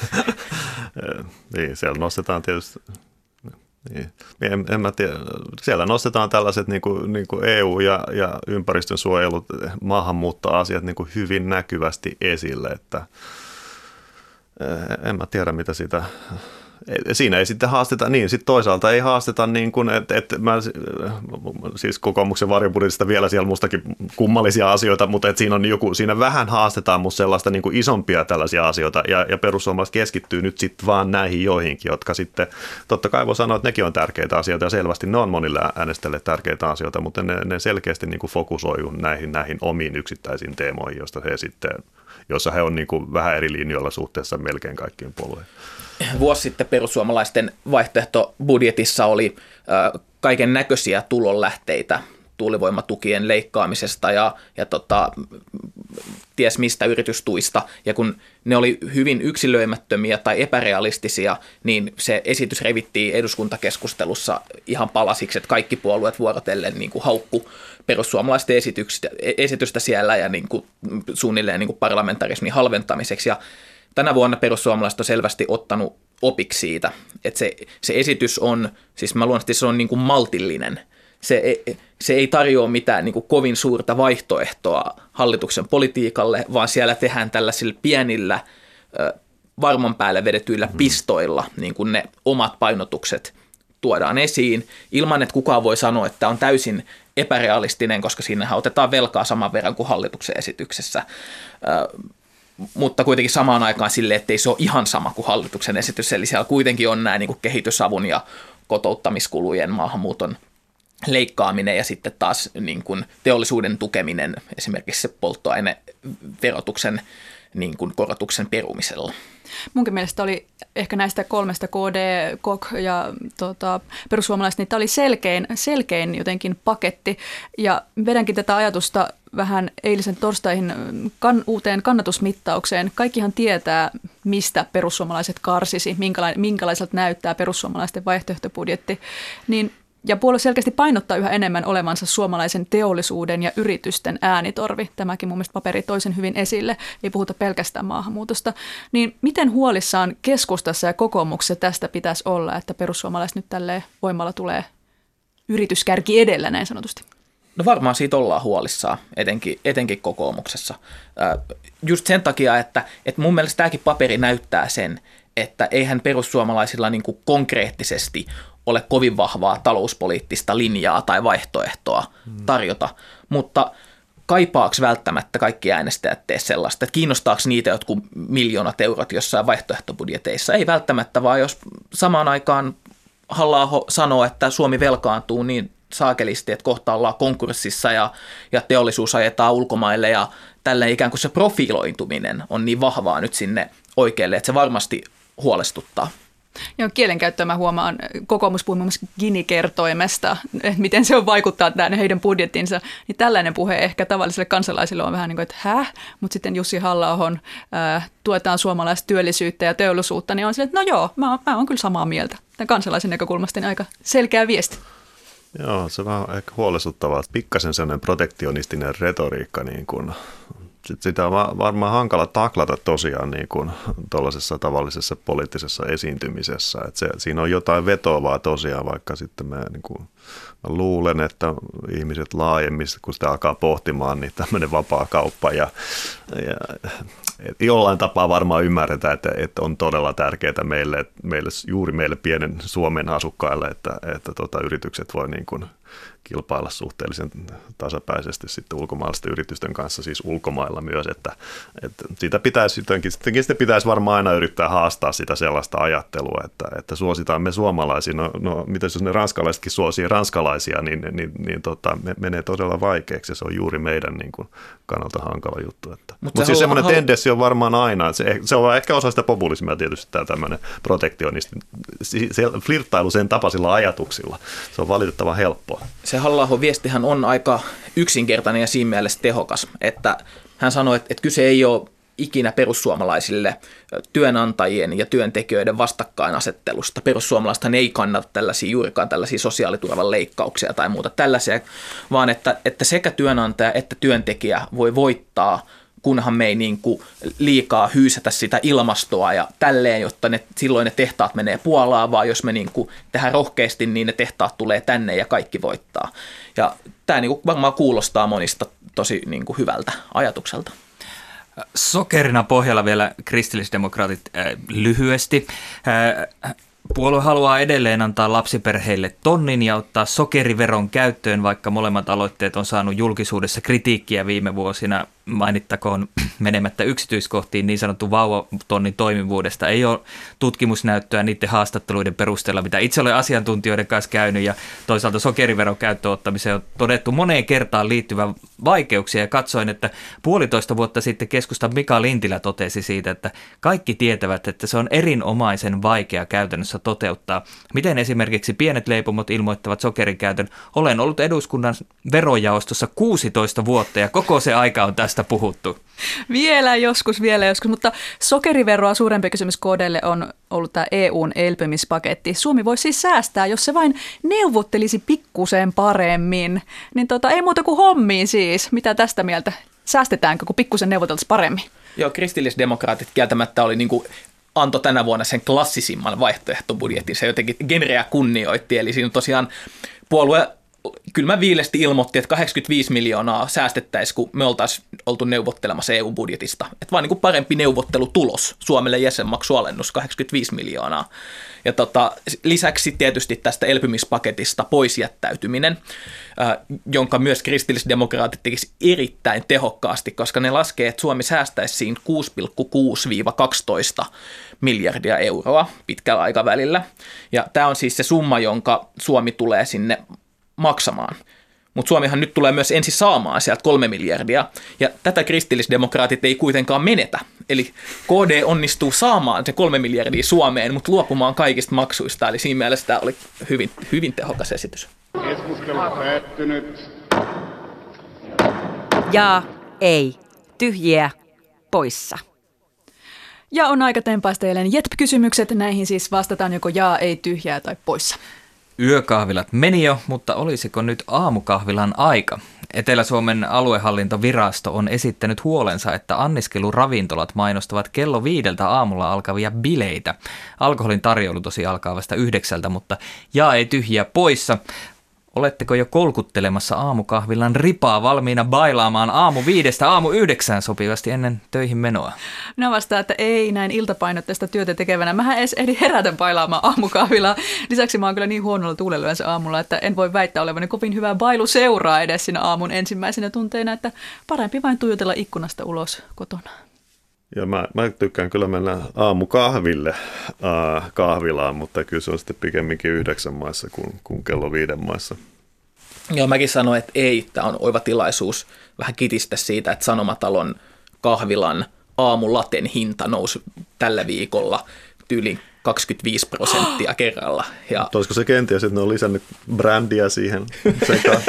Niin, siellä nostetaan tietysti. Niin. En, en mä tiedä. Siellä nostetaan tällaiset niin kuin, niin kuin E U- ja, ja ympäristönsuojelut, maahanmuuttoasiat niin kuin hyvin näkyvästi esille, että en mä tiedä mitä sitä. Siinä ei sitten haasteta, niin sitten toisaalta ei haasteta niin kuin, että, että mä, siis kokoomuksen varjobudjetista vielä siellä mustakin kummallisia asioita, mutta että siinä on joku, siinä vähän haastetaan musta sellaista niin kuin isompia tällaisia asioita ja, ja perussuomalaiset keskittyy nyt sitten vaan näihin joihinkin, jotka sitten, totta kai voi sanoa, että nekin on tärkeitä asioita ja selvästi ne on monille äänestäjille tärkeitä asioita, mutta ne, ne selkeästi niin kuin fokusoivat näihin, näihin omiin yksittäisiin teemoihin, joista he sitten, jossa he on niin kuin vähän eri linjoilla suhteessa melkein kaikkiin puolueihin. Vuosi sitten perussuomalaisten vaihtoehtobudjetissa oli äh, kaiken näköisiä tulonlähteitä tuulivoimatukien leikkaamisesta ja, ja tota, ties mistä yritystuista. Ja kun ne oli hyvin yksilöimättömiä tai epärealistisia, niin se esitys revittiin eduskuntakeskustelussa ihan palasiksi, että kaikki puolueet vuorotellen niin kuin haukku perussuomalaisten esitystä siellä ja niin kuin suunnilleen niin kuin parlamentarismin halventamiseksi. Ja tänä vuonna perussuomalaiset on selvästi ottanut opiksi siitä, että se, se esitys on, siis mä luulen, että se on niin kuin maltillinen. Se ei, se ei tarjoa mitään niin kuin kovin suurta vaihtoehtoa hallituksen politiikalle, vaan siellä tehdään tällaisilla pienillä varman päälle vedetyillä pistoilla niin kuin ne omat painotukset tuodaan esiin, ilman että kukaan voi sanoa, että on täysin epärealistinen, koska siinähän otetaan velkaa saman verran kuin hallituksen esityksessä. Mutta kuitenkin samaan aikaan silleen, että ei se ole ihan sama kuin hallituksen esitys, eli siellä kuitenkin on nämä niin kuin kehitysavun ja kotouttamiskulujen maahanmuuton leikkaaminen ja sitten taas niin kuin teollisuuden tukeminen, esimerkiksi se polttoaineverotuksen niin kuin korotuksen perumisella. Munkin mielestä oli ehkä näistä kolmesta K D, K O K ja tota, perussuomalaiset, niin tämä oli selkein, selkein jotenkin paketti. Ja vedänkin tätä ajatusta vähän eilisen torstaihin kan, uuteen kannatusmittaukseen. Kaikkihan tietää, mistä perussuomalaiset karsisi, minkäla- minkälaiselta näyttää perussuomalaisten vaihtoehtobudjetti. Niin ja puolue selkeästi painottaa yhä enemmän olevansa suomalaisen teollisuuden ja yritysten äänitorvi. Tämäkin mun mielestä paperi toisen hyvin esille. Ei puhuta pelkästään maahanmuutosta. Niin miten huolissaan keskustassa ja kokoomuksessa tästä pitäisi olla, että perussuomalaiset nyt tälleen voimalla tulee yrityskärki edellä näin sanotusti? No varmaan siitä ollaan huolissaan, etenkin, etenkin kokoomuksessa. Just sen takia, että, että mun mielestä tämäkin paperi näyttää sen, että eihän perussuomalaisilla niin kuin konkreettisesti ole kovin vahvaa talouspoliittista linjaa tai vaihtoehtoa tarjota, mutta kaipaako välttämättä kaikki äänestäjät tee sellaista, että kiinnostaako niitä jotkut miljoonat eurot jossain vaihtoehtobudjeteissa? Ei välttämättä, vaan jos samaan aikaan Halla-aho sanoo, että Suomi velkaantuu niin saakelisti, että kohta ollaan konkurssissa ja, ja teollisuus ajetaan ulkomaille ja tällä ikään kuin se profiloituminen on niin vahvaa nyt sinne oikealle, että se varmasti huolestuttaa. Joo, kielenkäyttöä mä huomaan, kokoomus puhuu muun muassa Gini-kertoimesta, että miten se on vaikuttaa tänne heidän budjettinsa, niin tällainen puhe ehkä tavallisille kansalaisille on vähän niin kuin, että häh, mutta sitten Jussi Halla-ahon äh, tuetaan suomalaista työllisyyttä ja teollisuutta, niin on silleen, että no joo, mä oon, mä oon kyllä samaa mieltä. Tämän kansalaisen näkökulmasta niin aika selkeä viesti. Joo, se on vähän ehkä huolestuttavaa, että pikkasen sellainen protektionistinen retoriikka, niin kuin, sit sitä on varmaan hankala taklata tosiaan niin kuin tuollaisessa tavallisessa poliittisessa esiintymisessä. Että se, siinä on jotain vetoavaa tosiaan, vaikka sitten mä, niin kuin, mä luulen, että ihmiset laajemmin, kun sitä alkaa pohtimaan, niin tämmöinen vapaa kauppa ja, ja jollain tapaa varmaan ymmärretään, että, että on todella tärkeää meille, meille, juuri meille pienen Suomen asukkaille, että, että tota, yritykset voi niin kuin kilpailla suhteellisen tasapäisesti sitten ulkomaalaisten yritysten kanssa, siis ulkomailla myös, että, että sitä pitäisi jotenkin, sitä pitäisi varmaan aina yrittää haastaa sitä sellaista ajattelua, että, että suositaan me suomalaisia, no, no mitä jos ne ranskalaisetkin suosii ranskalaisia, niin, niin, niin tota, me, menee todella vaikeaksi ja se on juuri meidän niin kuin, kannalta hankala juttu. Mutta Mut siis semmoinen halu... tendenssi on varmaan aina, että se, se on ehkä osa sitä populismia tietysti tämä tämmöinen protektionisti, se flirttailu sen tapaisilla ajatuksilla, se on valitettavan helppoa. Se Halla-ahon viestihän on aika yksinkertainen ja siinä mielessä tehokas, että hän sanoi, että, että kyse ei ole ikinä perussuomalaisille työnantajien ja työntekijöiden vastakkainasettelusta. Perussuomalaisethan ei kannata tällaisia, juurikaan tällaisia sosiaaliturvan leikkauksia tai muuta tällaisia, vaan että, että sekä työnantaja että työntekijä voi voittaa, kunhan me ei niin kuin liikaa hyysätä sitä ilmastoa ja tälleen, jotta ne, silloin ne tehtaat menee Puolaan, vaan jos me niin kuin tehdään rohkeasti, niin ne tehtaat tulee tänne ja kaikki voittaa. Ja tämä niin kuin varmaan kuulostaa monista tosi niin kuin hyvältä ajatukselta. Sokerina pohjalla vielä kristillisdemokraatit äh, lyhyesti. Äh, Puolue haluaa edelleen antaa lapsiperheille tonnin ja ottaa sokeriveron käyttöön, vaikka molemmat aloitteet on saanut julkisuudessa kritiikkiä viime vuosina. Mainittakoon menemättä yksityiskohtiin niin sanottu vauvatonnin toimivuudesta. Ei ole tutkimusnäyttöä niiden haastatteluiden perusteella, mitä itse olen asiantuntijoiden kanssa käynyt, ja toisaalta sokeriveron käyttöönottamiseen on todettu moneen kertaan liittyvän vaikeuksia, ja katsoin, että puolitoista vuotta sitten keskustan Mika Lintilä totesi siitä, että kaikki tietävät, että se on erinomaisen vaikea käytännössä toteuttaa. Miten esimerkiksi pienet leipomot ilmoittavat sokerin käytön? Olen ollut eduskunnan verojaostossa kuusitoista vuotta, ja koko se aika on tästä puhuttu. Vielä joskus, vielä joskus, mutta sokeriveroa suurempi kysymys K D:lle on ollut tämä E U:n elpymispaketti. Suomi voisi siis säästää, jos se vain neuvottelisi pikkusen paremmin. Niin tota, ei muuta kuin hommiin siis. Mitä tästä mieltä? Säästetäänkö, kun pikkusen neuvoteltaisiin paremmin? Joo, kristillisdemokraatit kieltämättä oli niin kuin antoi tänä vuonna sen klassisimman vaihtoehtobudjetin. Se jotenkin genreä kunnioitti, eli siinä tosiaan puolue kylmä viilesti ilmoitti, että kahdeksankymmentäviisi miljoonaa säästettäisiin, kun me oltaisiin oltu neuvottelemassa E U-budjetista. Että vaan niin kuin parempi neuvottelutulos, Suomelle jäsenmaksualennus, kahdeksankymmentäviisi miljoonaa. Ja tota, lisäksi tietysti tästä elpymispaketista poisjättäytyminen, äh, jonka myös kristillisdemokraatit tekisi erittäin tehokkaasti, koska ne laskee, että Suomi säästäisi siinä kuusi pilkku kuusi kaksitoista miljardia euroa pitkällä aikavälillä. Ja tämä on siis se summa, jonka Suomi tulee sinne maksamaan. mutta Suomihan nyt tulee myös ensin saamaan sieltä kolme miljardia, ja tätä kristillisdemokraatit ei kuitenkaan menetä. Eli K D onnistuu saamaan se kolme miljardia Suomeen, mutta luopumaan kaikista maksuista, eli siinä mielessä tämä oli hyvin, hyvin tehokas esitys. Keskustelu päättynyt. Jaa, ei, tyhjiä, poissa. Ja on aika tempaista eilen J E T P-kysymykset. Näihin siis vastataan joko jaa, ei, tyhjää tai poissa. Yökahvilat meni jo, mutta olisiko nyt aamukahvilan aika? Etelä-Suomen aluehallintovirasto on esittänyt huolensa, että anniskeluravintolat mainostavat kello viideltä aamulla alkavia bileitä. Alkoholin tarjoulu tosi alkaa vasta yhdeksältä, mutta jaa, ei, tyhjiä, poissa. Oletteko jo kolkuttelemassa aamukahvilan ripaa valmiina bailaamaan aamu viidestä aamu yhdeksään sopivasti ennen töihin menoa? No vastaa, että ei näin iltapainotteista työtä tekevänä. Mähän edes ehdin herätä bailaamaan aamukahvilaa. Lisäksi mä oon kyllä niin huonolla tuulella yleensä aamulla, että en voi väittää olevani kovin hyvää bailuseuraa edes siinä aamun ensimmäisenä tunteina, että parempi vain tuijotella ikkunasta ulos kotona. Ja mä, mä tykkään kyllä mennä aamukahville äh, kahvilaan, mutta kyllä se on sitten pikemminkin yhdeksän maissa kuin, kuin kello viiden maissa. Joo, mäkin sanoin, että ei, tämä on oiva tilaisuus vähän kitistä siitä, että Sanomatalon kahvilan aamulaten hinta nousi tällä viikolla tyyliin kaksikymmentäviisi prosenttia kerralla. Ja olisiko se kenties, että ne on lisännyt brändiä siihen sekaan?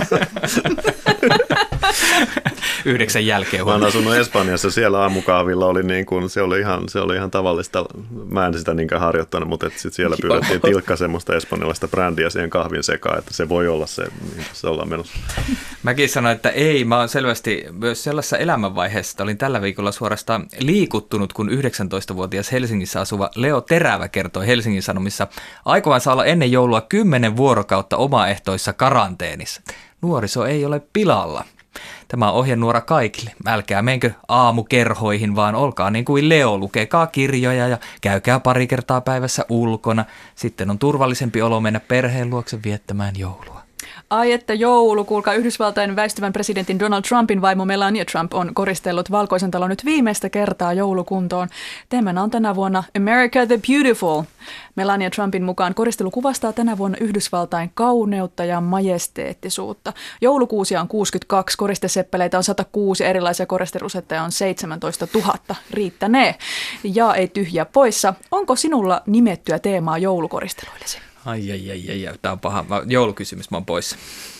Yhdeksän jälkeen. Mä oon asunut Espanjassa, siellä aamukahvilla oli niin kuin, se oli ihan, se oli ihan tavallista, mä en sitä niinkään harjoittanut, mutta sit siellä pyydettiin tilkka semmoista espanjalaista brändiä siihen kahvin sekaan, että se voi olla se, niin se ollaan menossa. Mäkin sanoin, että ei, mä oon selvästi myös sellaisessa elämänvaiheessa, että olin tällä viikolla suorastaan liikuttunut, kun yhdeksäntoistavuotias Helsingissä asuva Leo Terävä kertoi Helsingin Sanomissa aikovansa olla ennen joulua kymmenen vuorokautta omaehtoissa karanteenissa. Nuoriso ei ole pilalla. Tämä on ohjenuora kaikille. Älkää menkö aamukerhoihin, vaan olkaa niin kuin Leo, lukekaa kirjoja ja käykää pari kertaa päivässä ulkona. Sitten on turvallisempi olo mennä perheen luokse viettämään joulua. Ai että joulu, kuulkaa, Yhdysvaltain väistyvän presidentin Donald Trumpin vaimo Melania Trump on koristellut Valkoisen talon nyt viimeistä kertaa joulukuntoon. Teemana on tänä vuonna America the Beautiful. Melania Trumpin mukaan koristelu kuvastaa tänä vuonna Yhdysvaltain kauneutta ja majesteettisuutta. Joulukuusia on kuusikymmentäkaksi, koristeseppeleitä on sata kuusi, erilaisia koristerusetteja on seitsemäntoista tuhatta. Riittänee. Ja ei tyhjää poissa. Onko sinulla nimettyä teemaa joulukoristeluillesi? Ai, ai, ai, ai, ai. Tämä on paha. Joulukysymys, mä oon poissa.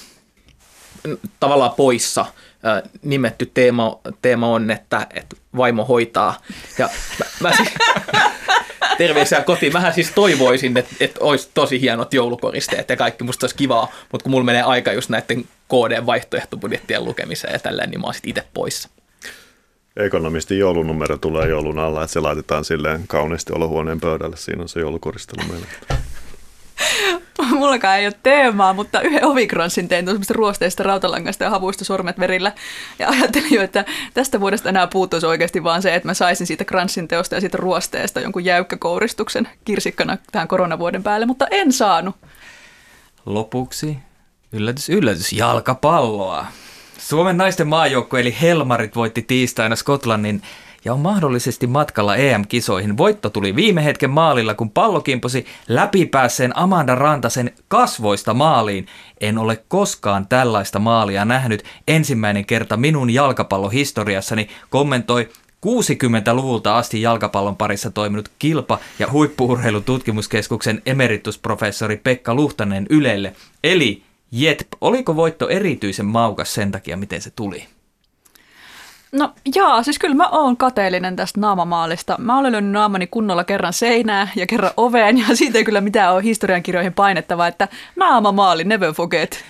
Tavallaan poissa. Nimetty teema, teema on, että, että vaimo hoitaa. Ja mä, mä siis, terveisiä kotiin. Mähän siis toivoisin, että, että olisi tosi hienot joulukoristeet ja kaikki. Musta olisi kivaa, mutta kun mulla menee aika just näiden K D-vaihtoehtobudjettien lukemiseen ja tälleen, niin mä oon sit itse poissa. Ekonomistin joulunumero tulee joulun alla, että se laitetaan silleen kauniisti olohuoneen pöydälle. Siinä on se joulukoristelu meillä. Mullakaan ei ole teemaa, mutta yhden ovikranssin tein tuollaisesta ruosteista, rautalangasta ja havuista sormet verillä. Ja ajattelin jo, että tästä vuodesta enää puuttuisi oikeasti vaan se, että mä saisin siitä kranssin teosta ja siitä ruosteesta jonkun jäykkäkouristuksen kirsikkana tähän koronavuoden päälle, mutta en saanut. Lopuksi, yllätys, yllätys, jalkapalloa. Suomen naisten maajoukkue eli Helmarit voitti tiistaina Skotlannin ja on mahdollisesti matkalla E M-kisoihin. Voitto tuli viime hetken maalilla, kun pallo kimposi läpipäässeen Amanda Rantasen kasvoista maaliin. En ole koskaan tällaista maalia nähnyt. Ensimmäinen kerta minun jalkapallohistoriassani, kommentoi kuusikymmentäluvulta asti jalkapallon parissa toiminut kilpa- ja huippu-urheilututkimuskeskuksen emeritusprofessori Pekka Luhtanen Ylelle. Eli J E T P, oliko voitto erityisen maukas sen takia, miten se tuli? No jaa, siis kyllä mä oon kateellinen tästä naamamaalista. Mä olen lyönyt naamani kunnolla kerran seinää ja kerran oveen, ja siitä ei kyllä mitään ole historiankirjoihin painettavaa, että naamamaali, never forget.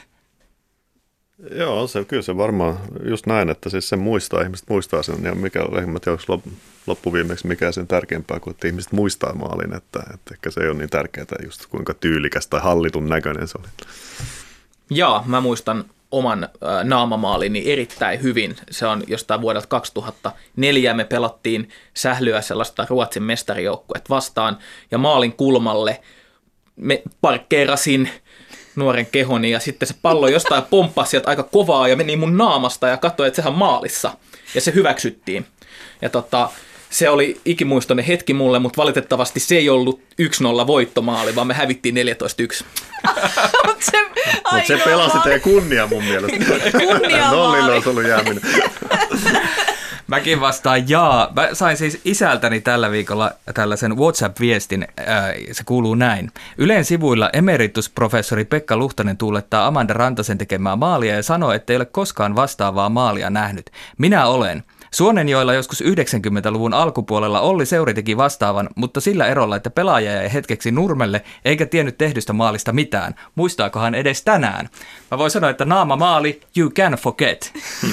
Joo, se, kyllä se varmaan just näin, että siis se muistaa, ihmiset muistaa sen, ja mikä en tiedä, onko loppuviimeksi mikä sen tärkeämpää kuin, että ihmiset muistaa maalin, että, että ehkä se ei ole niin tärkeää just kuinka tyylikäs tai hallitun näköinen se oli. Jaa, mä muistan oman äh, naamamaalini erittäin hyvin. Se on jostain vuodelta kaksituhattaneljä. Me pelattiin Sählyä sellaista Ruotsin mestarijoukkuet vastaan, ja maalin kulmalle me parkkeerasin nuoren kehoni, ja sitten se pallo jostain pomppasi sieltä aika kovaa ja meni mun naamasta ja katsoin, että sehän maalissa, ja se hyväksyttiin. Ja tota, Se oli ikimuistoinen hetki mulle, mutta valitettavasti se ei ollut yksi nolla voittomaali, vaan me hävittiin neljätoista yksi. Mutta se, Mut se pelasti teidän kunnia mun mielestä. Kunnia Nollille olisi ollut jääminen. Mäkin vastaan jaa. Mä sain siis isältäni tällä viikolla tällaisen WhatsApp-viestin. Se kuuluu näin. Ylen sivuilla emeritusprofessori Pekka Luhtanen tuulettaa Amanda Rantasen tekemää maalia ja sanoo, että ei ole koskaan vastaavaa maalia nähnyt. Minä olen. Suonenjoella joskus yhdeksänkymmentäluvun alkupuolella Olli Seuri teki vastaavan, mutta sillä erolla, että pelaaja jäi hetkeksi nurmelle eikä tiennyt tehdystä maalista mitään. Muistaakohan edes tänään? Mä voin sanoa, että naama maali, you can forget.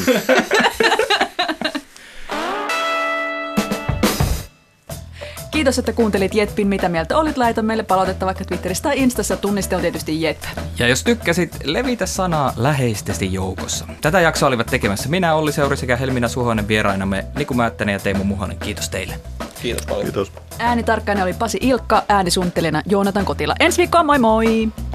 Kiitos, että kuuntelit Jetpin Mitä mieltä olit. Laita meille palautetta vaikka Twitterissä tai Instassa. Tunniste on tietysti Jet. Ja jos tykkäsit, levitä sanaa läheisesti joukossa. Tätä jaksoa olivat tekemässä minä, Olli Seuri sekä Helmina Suhonen, vierainamme Niku Määttänen ja Teemu Muhonen. Kiitos teille. Kiitos paljon. Kiitos. Äänitarkkainen oli Pasi Ilkka, äänisuunnittelijana Joonatan Kotila. Ensi viikkoon, moi moi!